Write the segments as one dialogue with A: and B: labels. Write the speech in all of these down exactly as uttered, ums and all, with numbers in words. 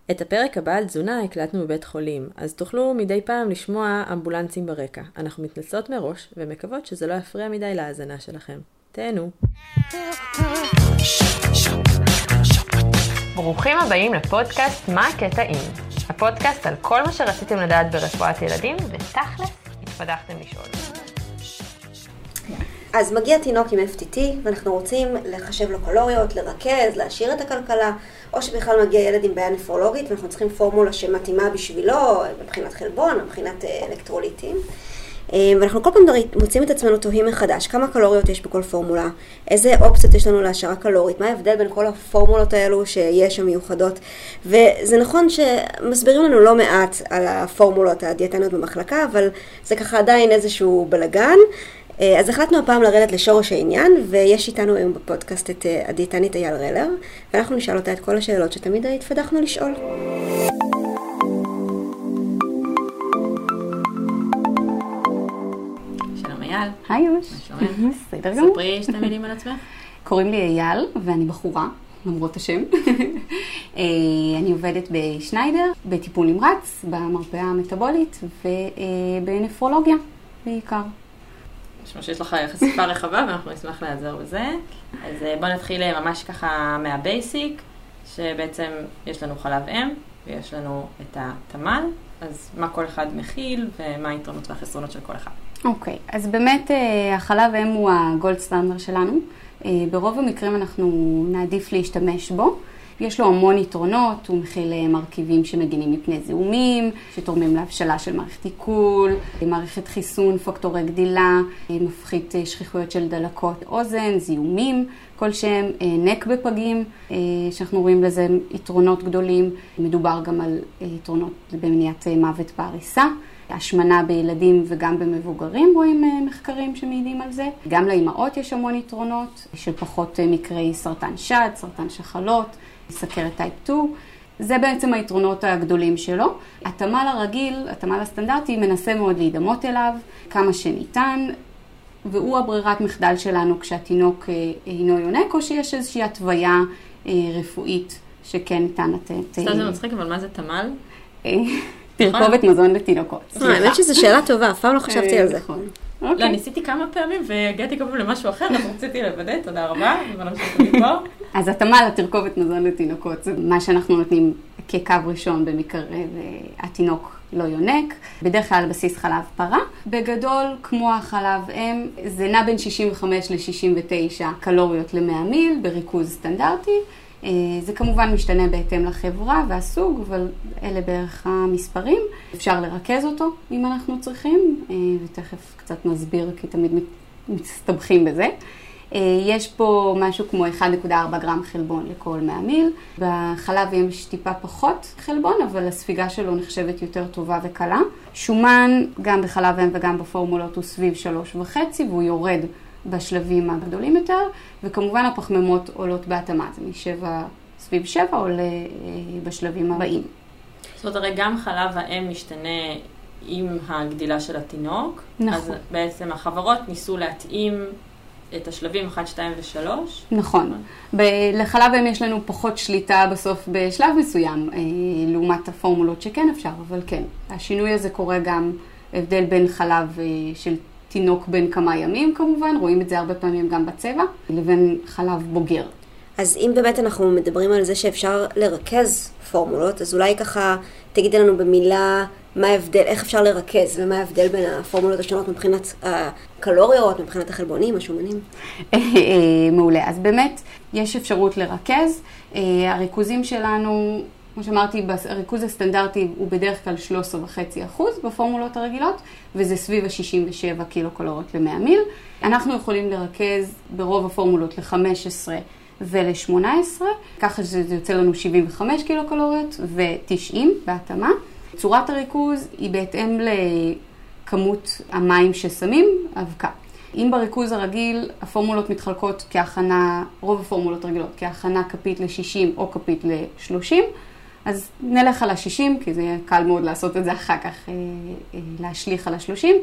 A: את הפרק הבא על תזונה הקלטנו בבית חולים, אז תוכלו מדי פעם לשמוע אמבולנסים ברקע. אנחנו מתנצלות מראש ומקוות שזה לא יפריע מדי להאזנה שלכם. תהנו. ברוכים הבאים לפודקאסט מה הקטע אם. הפודקאסט על כל מה שרציתם לדעת ברפואת ילדים, ותכלס התפתחתם לשאול.
B: אז מגיע תינוק עם אף טי טי, ואנחנו רוצים לחשב לו קלוריות, לרכז, להשאיר את הכלכלה, או שבכלל מגיע ילד עם בעיה נפרולוגית, ואנחנו צריכים פורמולה שמתאימה בשבילו, מבחינת חלבון, מבחינת אלקטרוליטים. ואנחנו כל פעם מוצאים את עצמנו תוהים מחדש, כמה קלוריות יש בכל פורמולה, איזה אופציות יש לנו להשערה קלורית, מה ההבדל בין כל הפורמולות האלו שיש המיוחדות. וזה נכון שמסבירים לנו לא מעט על הפורמולות הדיאטניות במחלקה, אבל זה ככה עדיין איזשהו בלגן. אז החלטנו הפעם לרדת לשורש העניין, ויש איתנו היום בפודקאסט את הדיאטנית אייל רלר, ואנחנו נשאל אותה את כל השאלות שתמיד התפתחנו לשאול.
A: שלום אייל.
C: היי יוש.
A: מה שלומך?
C: בסדר גמור.
A: ספרי שתי מילים על עצמך.
C: קוראים לי אייל, ואני בחורה, למרות השם. אני עובדת בשניידר, בטיפול נמרץ, במרפאה המטאבולית, ובנפרולוגיה בעיקר.
A: משמע שיש לך חשיפה רחבה, ואנחנו נשמח לעזור בזה. אז בוא נתחיל ממש ככה מהבייסיק, שבעצם יש לנו חלב אם, ויש לנו את התמ"ל, אז מה כל אחד מכיל, ומה היתרונות והחסרונות של כל אחד.
C: אוקיי, אז באמת החלב אם הוא הגולד סטנדרט שלנו. ברוב המקרים אנחנו נעדיף להשתמש בו. יש לו המון יתרונות, הוא מכיל מרכיבים שמגינים מפני זיהומים, שתורמים להבשלה של מערכת עיכול, מערכת חיסון, פקטורי גדילה, מפחית שכיחויות של דלקות אוזן, זיהומים, כל שהם נק בפגים, שאנחנו רואים לזה יתרונות גדולים. מדובר גם על יתרונות במניעת מוות בעריסה, השמנה בילדים וגם במבוגרים רואים מחקרים שמעידים על זה. גם לאימהות יש המון יתרונות של פחות מקרי סרטן שד, סרטן שחלות, סכרת טייפ שתיים. זה בעצם היתרונות הגדולים שלו. התמ"ל הרגיל, התמ"ל הסטנדרטי, מנסה מאוד להידמות אליו כמה שניתן, והוא הברירת מחדל שלנו כשהתינוק אינו יונק, או שיש איזושהי התוויה רפואית שכן ניתן לתת.
A: סתם זה מצחיק, אבל מה זה תמ"ל?
C: תרכובת מזון לתינוקות.
B: האמת שזו שאלה טובה, אף פעם לא חשבתי על זה.
A: לא, ניסיתי כמה פעמים והגעתי כל פעם למשהו אחר, אז רציתי לוודא, תודה רבה, ונמשיך מפה.
C: אז התמ"ל, התרכובת מזון לתינוקות, זה מה שאנחנו נותנים כקו ראשון במקרה והתינוק לא יונק, בדרך כלל על בסיס חלב פרה. בגדול, כמו החלב אם, זה נע בין שישים וחמש ל-שישים ותשע קלוריות ל-מאה מיל בריכוז סטנדרטי. זה כמובן משתנה בהתאם לחברה והסוג, אבל אלה בערך המספרים. אפשר לרכז אותו אם אנחנו צריכים, ותכף קצת נסביר כי תמיד מסתבכים בזה. יש פה משהו כמו אחד נקודה ארבע גרם חלבון לכל מאה מיל. בחלב יש טיפה פחות חלבון, אבל הספיגה שלו נחשבת יותר טובה וקלה. שומן, גם בחלב אם וגם בפורמולות, הוא סביב שלוש וחצי, והוא יורד בשלבים הגדולים יותר, וכמובן הפחמימות עולות בהתאמה, זה משבע, סביב שבע עולה בשלבים הבאים.
A: זאת אומרת, הרי גם חלב האם משתנה עם הגדילה של התינוק,
C: נכון.
A: אז בעצם החברות ניסו להתאים את השלבים אחת, שתיים ושלוש.
C: נכון. ב- לחלב האם יש לנו פחות שליטה בסוף בשלב מסוים, לעומת הפורמולות שכן אפשר, אבל כן. השינוי הזה קורה גם הבדל בין חלב של תינוק בין כמה ימים כמובן, רואים את זה הרבה פעמים גם בצבע, לבין חלב בוגר.
B: אז אם באמת אנחנו מדברים על זה שאפשר לרכז פורמולות, אז אולי ככה תגידי לנו במילה מה ההבדל, איך אפשר לרכז, ומה ההבדל בין הפורמולות השונות מבחינת הקלוריות, מבחינת החלבונים, השומנים?
C: מעולה. אז באמת יש אפשרות לרכז. הריכוזים שלנו, כמו שאמרתי, הריכוז הסטנדרטי הוא בדרך כלל שלושה עשר וחצי אחוז בפורמולות הרגילות, וזה סביב ה-שישים ושבע קילו קלוריות ל-מאה מיל. אנחנו יכולים לרכז ברוב הפורמולות ל-חמש עשרה ול-שמונה עשרה, ככה שזה יוצא לנו שבעים וחמש קילו קלוריות ו-תשעים בהתאמה. צורת הריכוז היא בהתאם לכמות המים ששמים, אבקה. אם בריכוז הרגיל הפורמולות מתחלקות כהכנה, רוב הפורמולות רגילות, כהכנה כפית ל-שישים או כפית ל-שלושים, אז נלך על ה-שישים, כי זה יהיה קל מאוד לעשות את זה אחר כך, אה, אה, להשליך על ה-שלושים.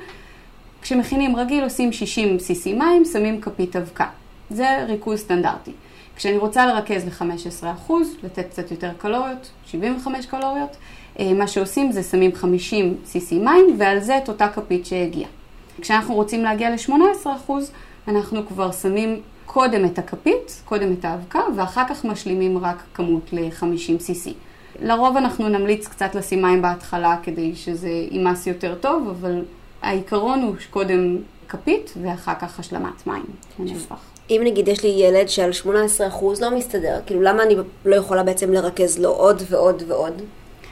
C: כשמכינים רגיל עושים שישים סי סי מים, שמים כפית אבקה. זה ריכוז סטנדרטי. כשאני רוצה לרכז ל-חמישה עשר אחוז, לתת קצת יותר קלוריות, שבעים וחמש קלוריות, מה שעושים זה שמים חמישים סי סי מים, ועל זה את אותה כפית שהגיעה. כשאנחנו רוצים להגיע ל-שמונה עשרה אחוז, אנחנו כבר שמים קודם את הכפית, קודם את האבקה, ואחר כך משלימים רק כמות ל-חמישים סי סי. לרוב אנחנו נמליץ קצת לשים מים בהתחלה כדי שזה יימס יותר טוב, אבל העיקרון הוא שקודם כפית ואחר כך השלמת מים.
B: אם נגיד יש לי ילד שעל שמונה עשרה אחוז לא מסתדר, כאילו למה אני לא יכולה בעצם לרכז לו עוד ועוד ועוד?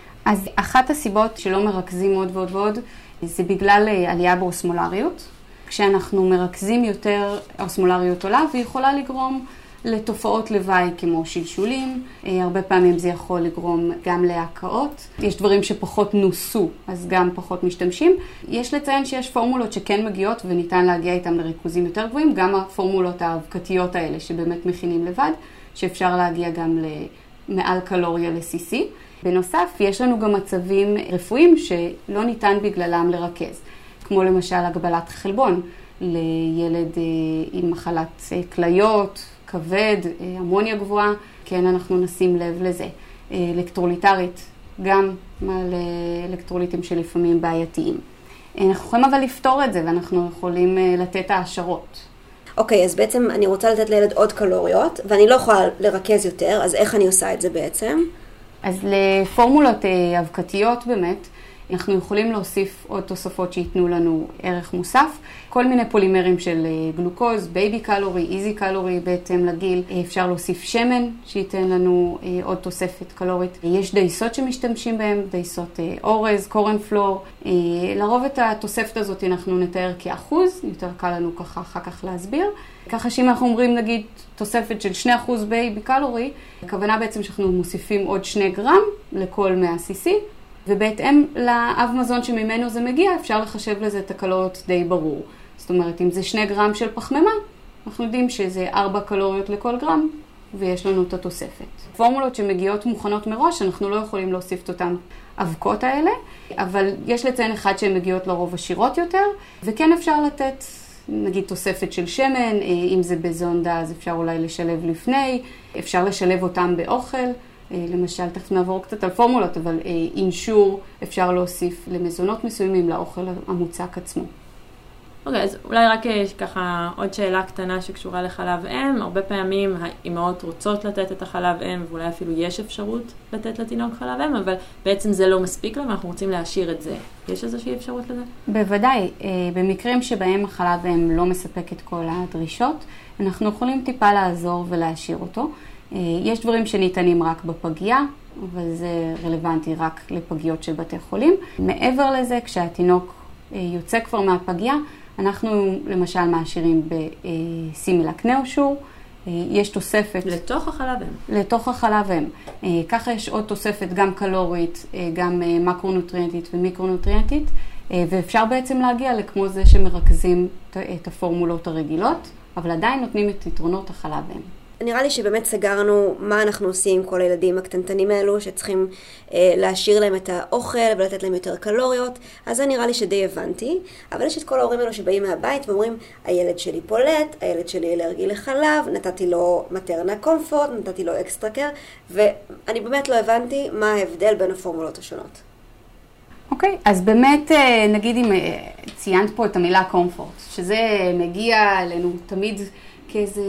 C: אז אחת הסיבות שלא מרכזים עוד ועוד ועוד, זה בגלל עלייה באוסמולריות. כשאנחנו מרכזים יותר, האוסמולריות עולה והיא יכולה לגרום לתופעות לוואי כמו שלשולים, הרבה פעמים זה יכול לגרום גם להקאות. יש דברים שפחות נוסו, אז גם פחות משתמשים. יש לציין שיש פורמולות שכן מגיעות וניתן להגיע איתם לריכוזים יותר גבוהים, גם הפורמולות האבקתיות האלה שבאמת מכינים לבד, שאפשר להגיע גם למעל קלוריה ל-סי סי. בנוסף, יש לנו גם מצבים רפואיים שלא ניתן בגללם לרכז, כמו למשל הגבלת חלבון לילד עם מחלת כליות, כבד, אמוניה גבוהה, כן אנחנו נשים לב לזה. אלקטרוליטרית, גם על אלקטרוליטים שלפעמים בעייתיים. אנחנו יכולים אבל לפתור את זה ואנחנו יכולים לתת העשרות.
B: אוקיי, אז בעצם אני רוצה לתת לילד עוד קלוריות ואני לא יכולה לרכז יותר, אז איך אני עושה את זה בעצם?
C: אז לפורמולות אבקתיות באמת, אנחנו יכולים להוסיף עוד תוספות שיתנו לנו ערך מוסף. כל מיני פולימרים של גלוקוז, בייבי קלורי, איזי קלורי, בהתאם לגיל. אפשר להוסיף שמן שייתן לנו עוד תוספת קלורית. יש דייסות שמשתמשים בהם, דייסות אורז, קורנפלור. לרוב את התוספת הזאת אנחנו נתאר כאחוז, יותר קל לנו ככה אחר כך להסביר. ככה שאם אנחנו אומרים נגיד תוספת של שני אחוז בייבי קלורי, הכוונה בעצם שאנחנו מוסיפים עוד שני גרם לכל מאה סי סי. ובהתאם לאב מזון שממנו זה מגיע, אפשר לחשב לזה את הקלוריות די ברור. זאת אומרת, אם זה שני גרם של פחמימה, אנחנו יודעים שזה ארבע קלוריות לכל גרם, ויש לנו את התוספת. פורמולות שמגיעות מוכנות מראש, אנחנו לא יכולים להוסיף את אותן אבקות האלה, אבל יש לציין אחד שהן מגיעות לרוב עשירות יותר, וכן אפשר לתת, נגיד, תוספת של שמן, אם זה בזונדה, אז אפשר אולי לשלב לפני, אפשר לשלב אותם באוכל, למשל, תכף נעבור קצת על פורמולות, אבל אינשור אפשר להוסיף למזונות מסוימים לאוכל המוצק עצמו.
A: אוקיי, אז אולי רק ככה עוד שאלה קטנה שקשורה לחלב אם. הרבה פעמים האימהות רוצות לתת את החלב אם, ואולי אפילו יש אפשרות לתת לתינוק חלב אם, אבל בעצם זה לא מספיק לו, ואנחנו רוצים להשאיר את זה. יש איזושהי אפשרות לזה?
C: בוודאי. במקרים שבהם החלב אם לא מספק את כל הדרישות, אנחנו יכולים טיפה לעזור ולהשאיר אותו. יש דברים שניתנים רק בפגייה, אבל זה רלוונטי רק לפגיות של בתי חולים. מעבר לזה, כשהתינוק יוצא כבר מהפגייה, אנחנו למשל מעשירים בסימילק נאושור, יש תוספת...
A: לתוך החלב אם.
C: לתוך החלב אם. ככה יש עוד תוספת גם קלורית, גם מקרונוטריאנטית ומיקרונוטריאנטית, ואפשר בעצם להגיע לכמו זה שמרכזים את הפורמולות הרגילות, אבל עדיין נותנים את יתרונות החלב אם.
B: נראה לי שבאמת סגרנו מה אנחנו עושים עם כל הילדים הקטנטנים האלו שצריכים אה, להשאיר להם את האוכל ולתת להם יותר קלוריות, אז זה נראה לי שדי הבנתי, אבל יש את כל ההורים האלו שבאים מהבית ואומרים, הילד שלי פולט, הילד שלי אלרגי לחלב, נתתי לו מטרנה קומפורט, נתתי לו אקסטרה קר, ואני באמת לא הבנתי מה ההבדל בין הפורמולות השונות.
C: אוקיי, okay, אז באמת נגיד אם ציינת פה את המילה קומפורט, שזה מגיע אלינו תמיד כאיזה...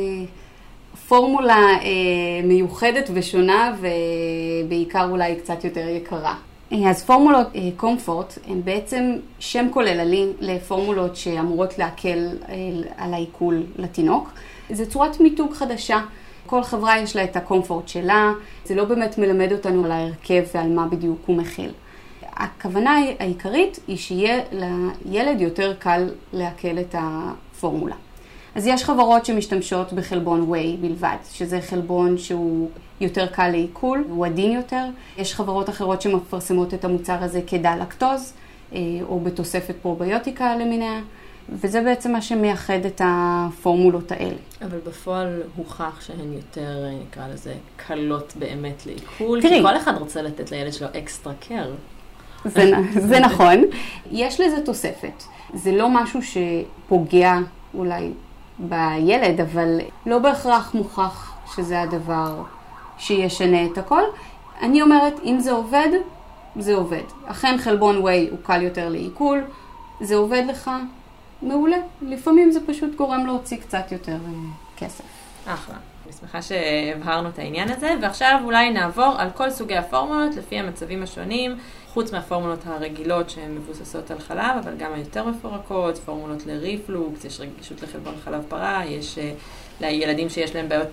C: פורמולה אה, מיוחדת ושונה ובעיקר אולי קצת יותר יקרה. אז פורמולות אה, קומפורט הן בעצם שם כוללני לפורמולות שאמורות להקל אה, על העיכול לתינוק. זו צורת מיתוג חדשה. כל חברה יש לה את הקומפורט שלה. זה לא באמת מלמד אותנו על ההרכב ועל מה בדיוק הוא מכיל. הכוונה העיקרית היא שיהיה לילד יותר קל להקל את הפורמולה. אז יש חברות שמשתמשות בחלבון ווי בלבד, שזה חלבון שהוא יותר קל לעיכול, הוא עדין יותר. יש חברות אחרות שמפרסמות את המוצר הזה כדל לקטוז, או בתוספת פרוביוטיקה למיניה, וזה בעצם מה שמייחד את הפורמולות האלה.
A: אבל בפועל הוכח שהן יותר, נקרא לזה, קלות באמת לעיכול, כי כל אחד רוצה לתת לילד שלו אקסטרה קר.
C: זה, זה נכון. יש לזה תוספת. זה לא משהו שפוגע אולי בילד, אבל לא בהכרח מוכח שזה הדבר שישנה את הכל. אני אומרת, אם זה עובד, זה עובד. אכן חלבון ווי הוא קל יותר לעיכול, זה עובד לך מעולה. לפעמים זה פשוט גורם להוציא קצת יותר כסף.
A: אחלה. אני שמחה שהבהרנו את העניין הזה, ועכשיו אולי נעבור על כל סוגי הפורמולות לפי המצבים השונים, חוץ מהפורמולות הרגילות שהן מבוססות על חלב, אבל גם היותר מפורקות, פורמולות לריפלוקס, יש רגישות לחלבון חלב פרה, יש לילדים שיש להם בעיות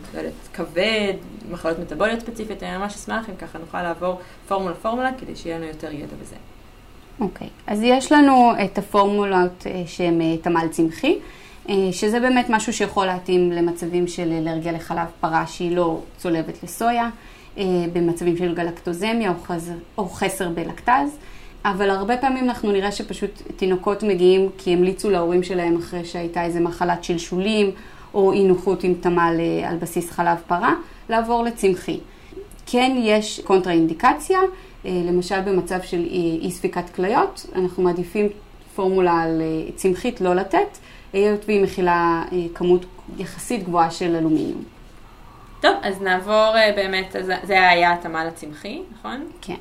A: כבד, מחלות מטבוליות ספציפיות, אני ממש אשמח אם ככה נוכל לעבור פורמולה פורמולה כדי שיהיה לנו יותר ידע בזה.
C: אוקיי, אז יש לנו את הפורמולות שהן תמ"ל צמחי, שזה באמת משהו שיכול להתאים למצבים של אלרגיה לחלב פרה שהיא לא צולבת לסויה, במצבים של גלקטוזמיה או חסר, או חסר בלקטז, אבל הרבה פעמים אנחנו נראה שפשוט תינוקות מגיעים כי המליצו להורים שלהם אחרי שהייתה איזה מחלת שלשולים או אי נוחות עם תמ"ל על בסיס חלב פרה, לעבור לצמחי. כן יש קונטרה-אינדיקציה, למשל במצב של אי ספיקת כליות, אנחנו מעדיפים פורמולה על צמחית לא לתת, היות והיא מכילה כמות יחסית גבוהה של אלומיניום.
A: טוב, אז נעבור באמת, זה היה התמ"ל הצמחי, נכון?
C: כן.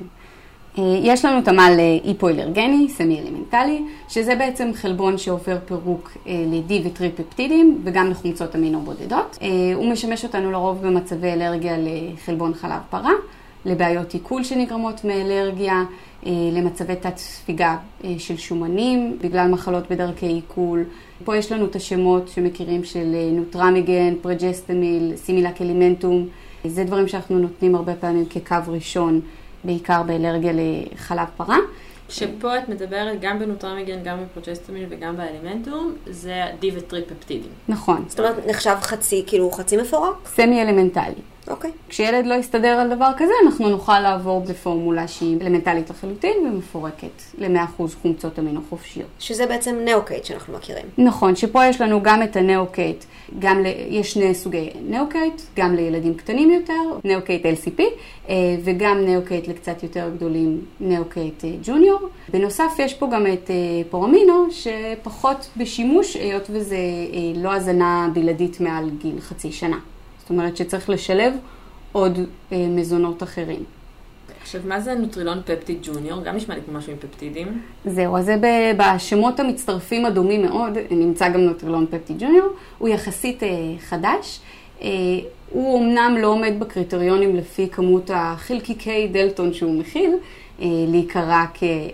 C: יש לנו תמ"ל היפואלרגני, סמי אלמנטלי, שזה בעצם חלבון שעובר פירוק ל-D וטריפפטידים וגם לחומצות אמינו בודדות. הוא משמש אותנו לרוב במצבי אלרגיה לחלבון חלב פרה, לבעיות עיכול שנגרמות מאלרגיה, למצבי תת ספיגה של שומנים, בגלל מחלות בדרכי עיכול. פה יש לנו את השמות שמכירים של נוטרמיגן, פרג'סטמיל, סימילק אלימנטום. זה דברים שאנחנו נותנים הרבה פעמים כקו ראשון, בעיקר באלרגיה לחלב פרה.
A: שפה את מדברת גם בנוטרמיגן, גם בפרג'סטמיל וגם באלימנטום, זה D וטריפפטידים.
C: נכון.
B: זאת אומרת, נחשב חצי, כאילו חצי מפורק?
C: סמי אלמנטלי.
B: אוקיי.
C: כשילד לא יסתדר על דבר כזה, אנחנו נוכל לעבור בפורמולה שהיא אלמנטלית לחלוטין ומפורקת ל-מאה אחוז חומצות אמינו חופשיות.
B: שזה בעצם נאוקייט שאנחנו מכירים.
C: נכון, שפה יש לנו גם את הנאוקייט, גם ל... יש שני סוגי נאוקייט, גם לילדים קטנים יותר, נאוקייט אל סי פי, וגם נאוקייט לקצת יותר גדולים, נאוקייט ג'וניור. בנוסף יש פה גם את פורמינו, שפחות בשימוש, היות וזה לא הזנה בלעדית מעל גיל חצי שנה. זאת אומרת שצריך לשלב עוד אה, מזונות אחרים.
A: עכשיו, מה זה נוטרילון פפטיד ג'וניור? גם נשמע לי כמו משהו עם פפטידים.
C: זהו, אז זה בשמות המצטרפים הדומים מאוד, נמצא גם נוטרילון פפטיד ג'וניור, הוא יחסית אה, חדש. אה, הוא אמנם לא עומד בקריטריונים לפי כמות החלקיקי דלטון שהוא מכיל, אה, להיקרא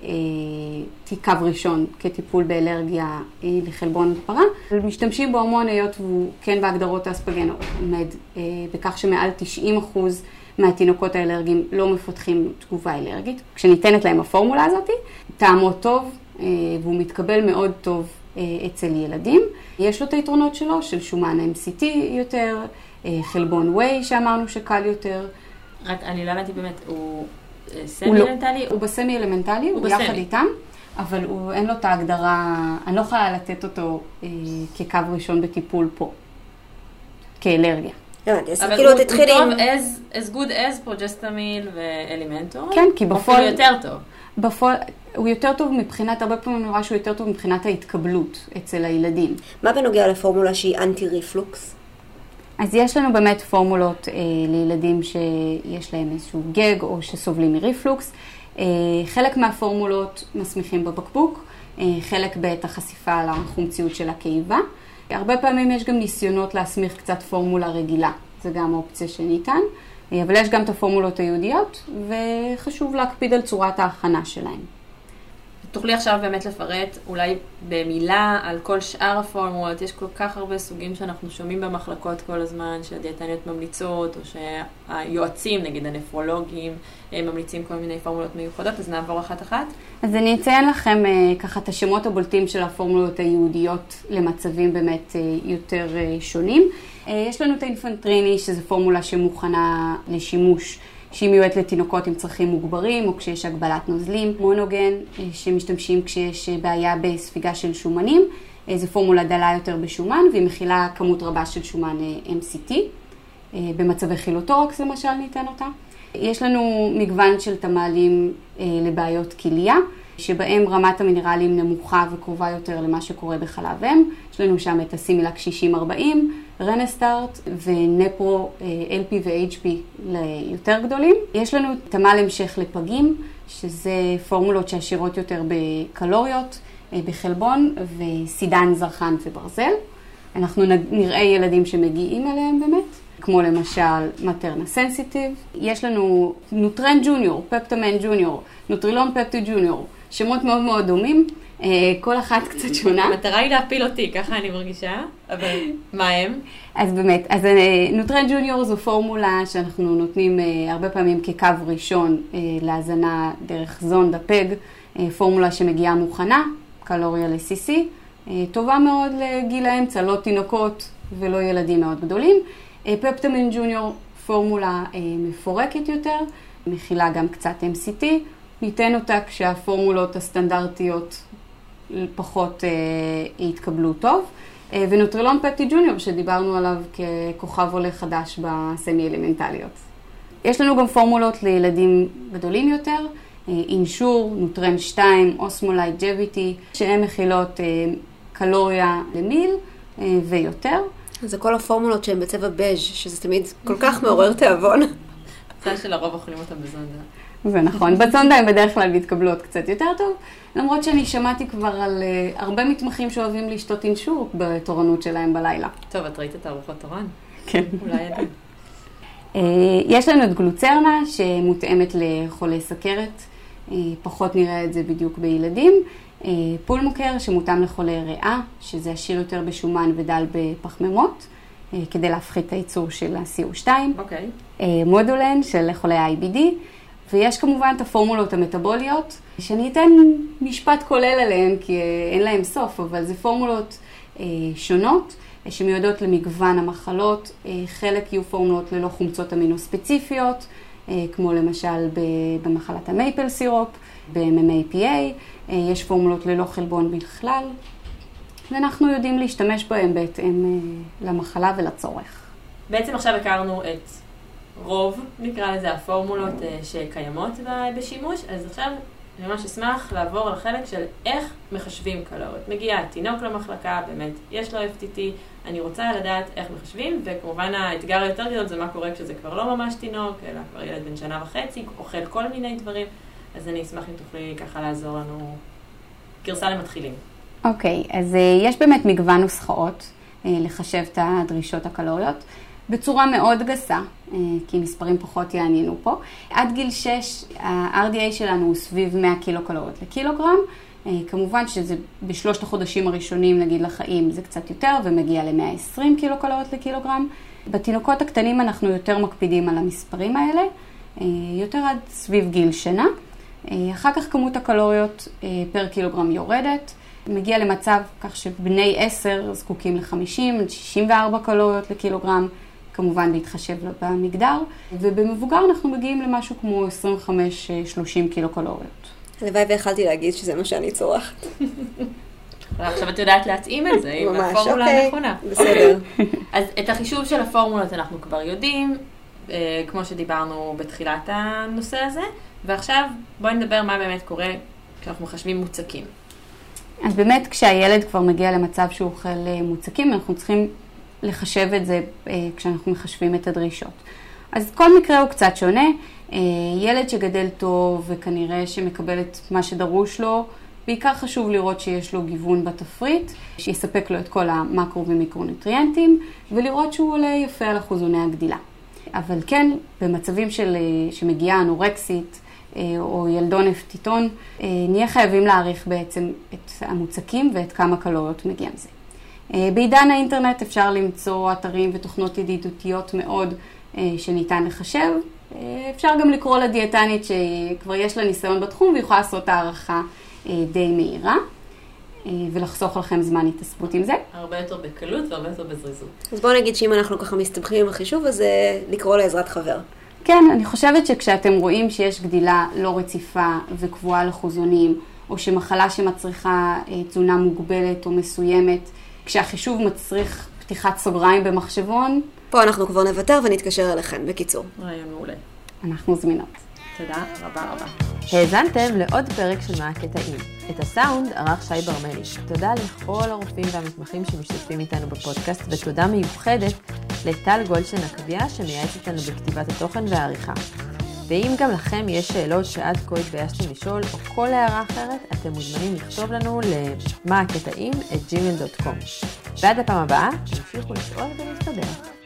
C: כקו ראשון, כטיפול באלרגיה אה, לחלבון פרה. משתמשים בו המון היות והוא כן בהגדרות האספרגן עומד אה, בכך שמעל תשעים אחוז מהתינוקות האלרגיים לא מפתחים תגובה אלרגית. כשניתנת להם הפורמולה הזאת, טעמו טוב אה, והוא מתקבל מאוד טוב אה, אצל ילדים. יש לו את היתרונות שלו, של שומן אם סי טי יותר, אה, חלבון ווי שאמרנו שקל יותר.
A: רק אני לא הבנתי באמת, הוא סמי אלמנטלי?
C: הוא בסמי אלמנטלי, הוא יחד איתם, אבל אין לו את ההגדרה, אני לא יכולה לתת אותו כקו ראשון בטיפול פה, כאלרגיה.
A: אבל הוא טוב as good as פרג'סטמיל ואלימנטום?
C: כן, כי בפועל...
A: הוא יותר טוב.
C: בפועל, הוא יותר טוב מבחינת, הרבה פעמים נראה שהוא יותר טוב מבחינת ההתקבלות אצל הילדים.
B: מה בנוגע לפורמולה שהיא אנטי-ריפלוקס?
C: אז יש לנו באמת פורמולות אה, לילדים שיש להם איזשהו גג או שסובלים מריפלוקס. אה, חלק מהפורמולות מסמיכים בבקבוק, אה, חלק בעת החשיפה לחומציות של הקיבה. הרבה פעמים יש גם ניסיונות להסמיך קצת פורמולה רגילה, זה גם אופציה שניתן, אה, אבל יש גם את הפורמולות היהודיות, וחשוב להקפיד על צורת ההכנה שלהם.
A: תוכלי עכשיו באמת לפרט אולי במילה על כל שאר הפורמולות, יש כל כך הרבה סוגים שאנחנו שומעים במחלקות כל הזמן, שהדיאטניות ממליצות, או שהיועצים, נגיד הנפרולוגים, ממליצים כל מיני פורמולות מיוחדות, אז נעבור אחת אחת.
C: אז אני אציין לכם ככה את השמות הבולטים של הפורמולות היהודיות למצבים באמת יותר שונים. יש לנו את האינפנטריני, שזו פורמולה שמוכנה לשימוש, שהיא מיועדת לתינוקות עם צרכים מוגברים או כשיש הגבלת נוזלים. מונוגן שמשתמשים כשיש בעיה בספיגה של שומנים. זו פורמולה דלה יותר בשומן והיא מכילה כמות רבה של שומן אם סי טי. במצבי חילוטורקס למשל ניתן אותה. יש לנו מגוון של תמ"לים לבעיות כליה. שבהם רמת המינרלים נמוכה וקרובה יותר למה שקורה בחלב אם. יש לנו שם את הסימילק שישים ארבעים, רנסטארט ונפרו אל פי ו-אייץ' פי ליותר גדולים. יש לנו תמ"ל המשך לפגים, שזה פורמולות שעשירות יותר בקלוריות, בחלבון וסידן, זרחן וברזל. אנחנו נראה ילדים שמגיעים אליהם באמת, כמו למשל מטרנה סנסיטיב. יש לנו נוטרן ג'וניור, פפטמן ג'וניור, נוטרילון פפטי ג'וניור, שמות מאוד מאוד דומים, כל אחת קצת שונה.
A: המטרה היא להפיל אותי, ככה אני מרגישה, אבל מה הם?
C: אז באמת, אז נוטרן ג'וניור זו פורמולה שאנחנו נותנים הרבה פעמים כקו ראשון להזנה דרך זונד הפג, פורמולה שמגיעה מוכנה, קלוריה ל-סי סי, טובה מאוד לגיל האמצע, לא תינוקות ולא ילדים מאוד גדולים. פפטמין ג'וניור פורמולה מפורקת יותר, מכילה גם קצת אם סי טי, ניתן אותה כשהפורמולות הסטנדרטיות פחות יתקבלו טוב. ונוטרילון פפטי ג'וניור שדיברנו עליו ככוכב עולה חדש בסמי אלמנטליות. יש לנו גם פורמולות לילדים גדולים יותר, אינשור, נוטרן שתיים, אוסמולייט ג'ביטי, שהן מכילות קלוריה למיל ויותר.
B: זה כל הפורמולות שהן בצבע בז', שזה תמיד כל כך מעורר תיאבון.
A: זה שלרוב אוכלים אותם בזונדה.
C: זה נכון, בזונדה הן בדרך כלל מתקבלות קצת יותר טוב, למרות שאני שמעתי כבר על uh, הרבה מתמחים שאוהבים לשתות אינשור בתורנות שלהם בלילה.
A: טוב, את ראית את הארוחות תורן?
C: כן.
A: אולי ידעים.
C: Uh, יש לנו את גלוצרנה שמותאמת לחולי סכרת, uh, פחות נראה את זה בדיוק בילדים. Uh, פולמוקר שמותאם לחולי ריאה, שזה עשיר יותר בשומן ודל בפחמימות, uh, כדי להפחית את הייצור של ה-סי או שתיים.
A: אוקיי.
C: Uh, מודולן של חולי איי בי די. ויש כמובן את הפורמולות המטאבוליות, שאני אתן משפט כולל עליהן, כי אין להם סוף, אבל זה פורמולות אה, שונות, אה, שמיועדות למגוון המחלות. אה, חלק יהיו פורמולות ללא חומצות אמינו ספציפיות, אה, כמו למשל במחלת המייפל סירופ, ב-אם אם איי פי איי, אה, יש פורמולות ללא חלבון בכלל, ואנחנו יודעים להשתמש בהם בהתאם אה, למחלה ולצורך.
A: בעצם עכשיו הכרנו את רוב, נקרא לזה, הפורמולות שקיימות בשימוש, אז עכשיו אני ממש אשמח לעבור לחלק של איך מחשבים קלוריות. מגיע תינוק למחלקה, באמת יש לו אף טי טי, אני רוצה לדעת איך מחשבים, וכמובן האתגר היותר גדול זה מה קורה כשזה כבר לא ממש תינוק, אלא כבר ילד בן שנה וחצי, אוכל כל מיני דברים, אז אני אשמח אם תוכלי ככה לעזור לנו גרסה למתחילים.
C: אוקיי, okay, אז יש באמת מגוון נוסחאות לחשב את הדרישות הקלוריות. בצורה מאוד גסה, כי מספרים פחות יעניינו פה. עד גיל שש, ה-אר די איי שלנו הוא סביב מאה קילו קלוריות לקילוגרם. כמובן שזה בשלושת החודשים הראשונים, נגיד לחיים, זה קצת יותר, ומגיע ל-מאה ועשרים קילו קלוריות לקילוגרם. בתינוקות הקטנים אנחנו יותר מקפידים על המספרים האלה, יותר עד סביב גיל שנה. אחר כך כמות הקלוריות פר קילוגרם יורדת. מגיע למצב כך שבני עשר זקוקים ל-חמישים עד שישים וארבע קלוריות לקילוגרם, כמובן להתחשב במגדר, ובמבוגר אנחנו מגיעים למשהו כמו עשרים וחמש עד שלושים קילו קלוריות.
B: הלוואי והחלתי להגיד שזה מה שאני צורכת.
A: עכשיו את יודעת להתאים את זה, עם הפורמולה הנכונה.
B: בסדר.
A: אז את החישוב של הפורמולות אנחנו כבר יודעים, כמו שדיברנו בתחילת הנושא הזה, ועכשיו בואי נדבר מה באמת קורה כשאנחנו מחשבים מוצקים.
C: אז באמת כשהילד כבר מגיע למצב שהוא אוכל מוצקים, אנחנו צריכים לחשב את זה כשאנחנו מחשבים את הדרישות. אז כל מקרה הוא קצת שונה. ילד שגדל טוב וכנראה שמקבל את מה שדרוש לו, בעיקר חשוב לראות שיש לו גיוון בתפריט, שיספק לו את כל המקרו ומיקרונוטריאנטים, ולראות שהוא עולה יפה על אחוזוני הגדילה. אבל כן, במצבים של, שמגיעה אנורקסית או ילדון הפטיטון, נהיה חייבים להעריך בעצם את המוצקים ואת כמה קלוריות מגיע מזה. בעידן האינטרנט אפשר למצוא אתרים ותוכנות ידידותיות מאוד שניתן לחשב. אפשר גם לקרוא לדיאטנית שכבר יש לה ניסיון בתחום ויכולה לעשות הערכה די מהירה ולחסוך לכם זמן התעסקות עם זה.
A: הרבה יותר בקלות והרבה יותר בזריזות.
B: אז בואו נגיד שאם אנחנו ככה מסתבכים עם החישוב, אז לקרוא לעזרת חבר.
C: כן, אני חושבת שכשאתם רואים שיש גדילה לא רציפה וקבועה לחוזונים, או שמחלה שמצריכה תזונה מוגבלת או מסוימת, כשהחישוב מצריך פתיחת סוגריים במחשבון,
B: פה אנחנו כבר נוותר ונתקשר אליכן, בקיצור.
A: רעיון מעולה.
C: אנחנו זמינות.
A: תודה רבה רבה.
D: האזנתם לעוד פרק של מה הקטעים. את הסאונד ערך שי ברמלי. תודה לכל הרופאים והמתמחים שמשתתפים איתנו בפודקאסט, ותודה מיוחדת לטל גולדשטיין עקביה שמייעצת לנו בכתיבת התוכן והעריכה. ואם גם לכם יש שאלות שעד כה התביישתם לשאול או כל הערה אחרת, אתם מוזמנים לכתוב לנו למה הקטעים את ג'ימייל דוט קום. ועד הפעם הבאה, תמשיכו לשאול ולהסתדר.